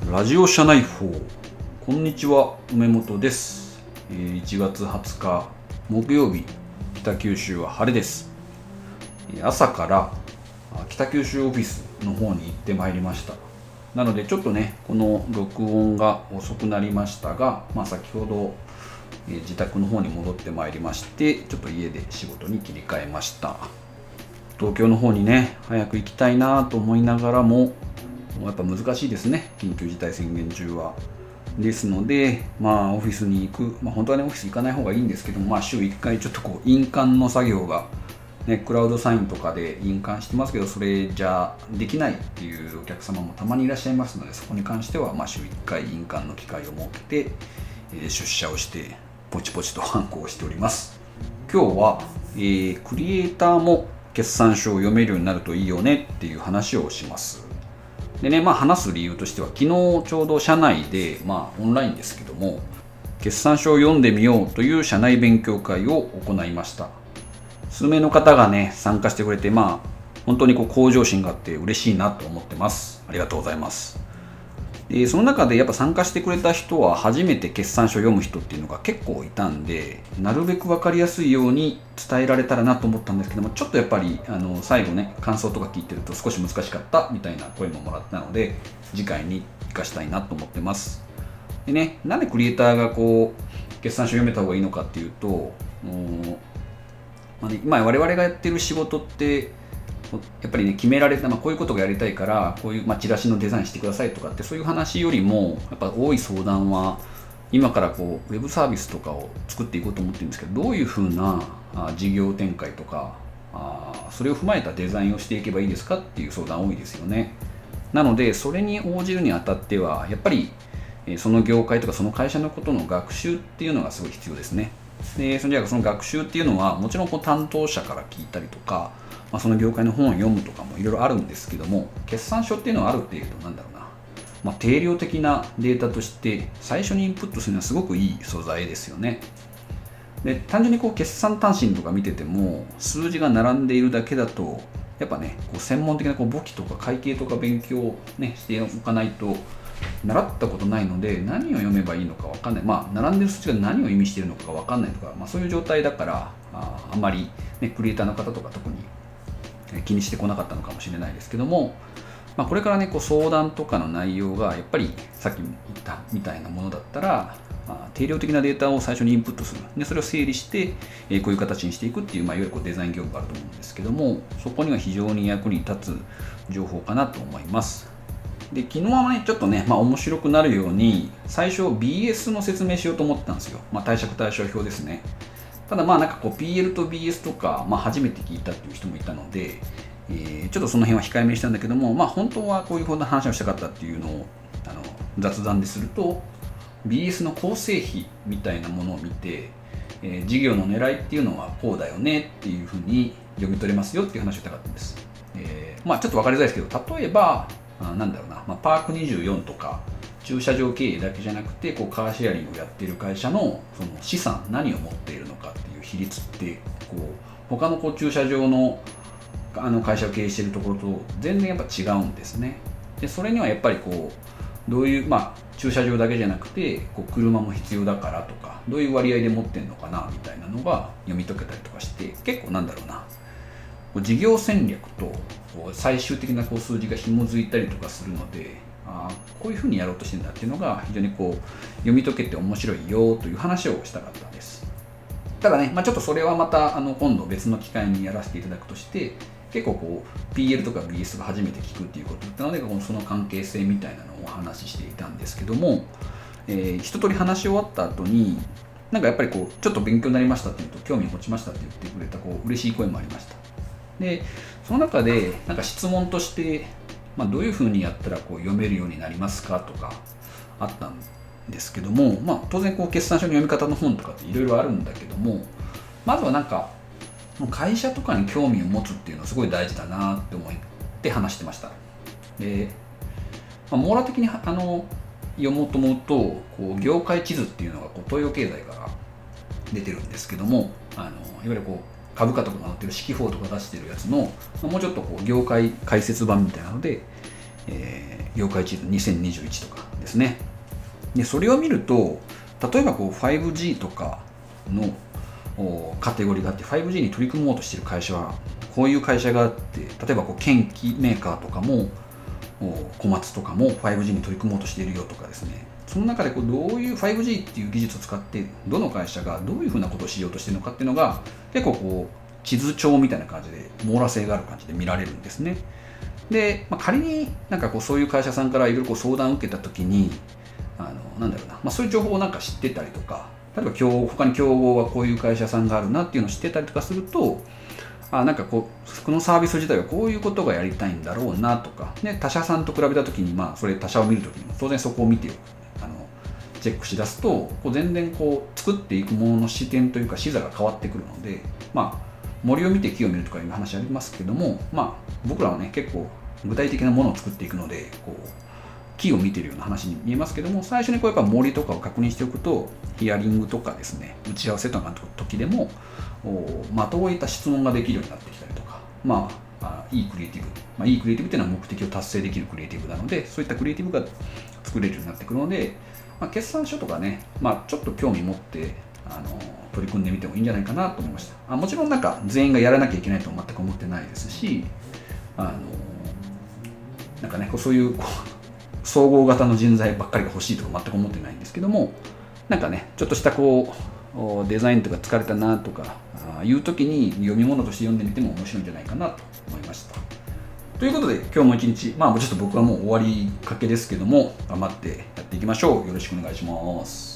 ラジオ社内報。こんにちは、梅本です。1月20日木曜日、北九州は晴れです。朝から北九州オフィスの方に行ってまいりました。なのでちょっとね、この録音が遅くなりましたが、先ほど自宅の方に戻ってまいりまして、ちょっと家で仕事に切り替えました。東京の方にね、早く行きたいなと思いながらも、やっぱ難しいですね、緊急事態宣言中は。ですので、オフィスに行く、本当はね、オフィス行かない方がいいんですけども、週1回ちょっと印鑑の作業が、クラウドサインとかで印鑑してますけど、それじゃできないっていうお客様もたまにいらっしゃいますので、そこに関しては、週1回印鑑の機会を設けて、出社をして、ポチポチとハンコをしております。今日は、クリエイターも決算書を読めるようになるといいよねっていう話をします。でね、話す理由としては、昨日ちょうど社内で、オンラインですけども、決算書を読んでみようという社内勉強会を行いました。数名の方がね、参加してくれて、本当に向上心があって嬉しいなと思ってます。ありがとうございます。で、その中でやっぱ参加してくれた人は、初めて決算書を読む人っていうのが結構いたんで、なるべく分かりやすいように伝えられたらなと思ったんですけども、ちょっとやっぱり最後ね、感想とか聞いてると少し難しかったみたいな声ももらったので、次回に生かしたいなと思ってます。でね、なんでクリエイターが決算書読めた方がいいのかっていうと、今我々がやってる仕事ってやっぱりね、決められた、こういうことがやりたいからこういう、チラシのデザインしてくださいとかって、そういう話よりもやっぱ多い相談は、今からウェブサービスとかを作っていこうと思ってるんですけど、どういうふうな事業展開とかそれを踏まえたデザインをしていけばいいですかっていう相談多いですよね。なのでそれに応じるにあたっては、やっぱりその業界とかその会社のことの学習っていうのがすごい必要ですね。でその学習っていうのはもちろん担当者から聞いたりとか、その業界の本を読むとかもいろいろあるんですけども、決算書っていうのはある程度定量的なデータとして最初にインプットするのはすごくいい素材ですよね。で単純に決算単身とか見てても数字が並んでいるだけだと、やっぱね、専門的な簿記とか会計とか勉強を、しておかないと、習ったことないので何を読めばいいのか分かんない、並んでる数値が何を意味しているのかが分かんないとか、そういう状態だから、あんまり、クリエイターの方とか特に気にしてこなかったのかもしれないですけども、これからね、相談とかの内容がやっぱりさっき言ったみたいなものだったら、定量的なデータを最初にインプットする。でそれを整理して、こういう形にしていくっていう、いわゆるデザイン業務があると思うんですけども、そこには非常に役に立つ情報かなと思います。で昨日はね、ちょっとね、面白くなるように最初 BS の説明しようと思ってたんですよ。貸借対照表ですね。ただPL と BS とか、初めて聞いたっていう人もいたので、ちょっとその辺は控えめにしたんだけども、本当はこういうふうな話をしたかったっていうのを雑談ですると、 BS の構成比みたいなものを見て、事業の狙いっていうのはこうだよねっていうふうに読み取れますよっていう話をしたかったんです。ちょっと分かりづらいですけど、例えばパーク24とか駐車場経営だけじゃなくて、カーシェアリングをやっている会社のその資産、何を持っているのかっていう比率って、他の駐車場の会社を経営しているところと全然やっぱ違うんですね。でそれにはやっぱりどういう、駐車場だけじゃなくて車も必要だからとか、どういう割合で持ってるのかなみたいなのが読み解けたりとかして、結構事業戦略と最終的な数字が紐づいたりとかするので、こういうふうにやろうとしてるんだっていうのが非常に読み解けて面白いよという話をしたかったんです。ただね、ちょっとそれはまた今度別の機会にやらせていただくとして、結構PL とか BS が初めて聞くっていうことだったので、その関係性みたいなのをお話ししていたんですけども、一通り話し終わった後にやっぱりちょっと勉強になりましたっていうと、興味を持ちましたって言ってくれた嬉しい声もありました。でその中で質問として、どういうふうにやったら読めるようになりますかとかあったんですけども、当然決算書の読み方の本とかっていろいろあるんだけども、まずは会社とかに興味を持つっていうのはすごい大事だなって思って話してました。で、網羅的に読もうと思うと、業界地図っていうのが東洋経済から出てるんですけども、いわゆる株価とかが載ってる四季報とか出してるやつの、もうちょっと業界解説版みたいなので、 業界地図2021とかですね。でそれを見ると、例えばこう 5G とかのカテゴリーがあって、 5G に取り組もうとしている会社はこういう会社があって、例えばこう電機メーカーとかも小松とかも 5G に取り組もうとしているよとかですね。その中でこうどういう 5G っていう技術を使ってどの会社がどういうふうなことをしようとしているのかっていうのが結構こう地図帳みたいな感じで網羅性がある感じで見られるんですね。で、仮になんかこうそういう会社さんからいろいろ相談を受けたときになんだろうな、そういう情報をなんか知ってたりとか、例えば他に競合はこういう会社さんがあるなっていうのを知ってたりとかすると、なんかこのサービス自体はこういうことがやりたいんだろうなとか、ね、他社さんと比べたときに、それ他社を見るときにも当然そこを見てチェックしだすと、全然こう作っていくものの視点というか視座が変わってくるので、森を見て木を見るとかいう話ありますけども、僕らはね結構具体的なものを作っていくので木を見ているような話に見えますけども、最初にやっぱ森とかを確認しておくと、ヒアリングとかですね、打ち合わせとかの時でも的を置いた質問ができるようになってきたりとか、いいクリエイティブ、いいクリエイティブっていうのは目的を達成できるクリエイティブなので、そういったクリエイティブが作れるようになってくるので、決算書とかね、ちょっと興味持って取り組んでみてもいいんじゃないかなと思いました。もちろんなんか全員がやらなきゃいけないとは全く思ってないですし、なんかねそういう総合型の人材ばっかりが欲しいとか全く思ってないんですけども、なんかねちょっとしたデザインとか疲れたなとかいう時に読み物として読んでみても面白いんじゃないかなと思いました。ということで今日も一日、ちょっと僕はもう終わりかけですけども、頑張ってやっていきましょう。よろしくお願いします。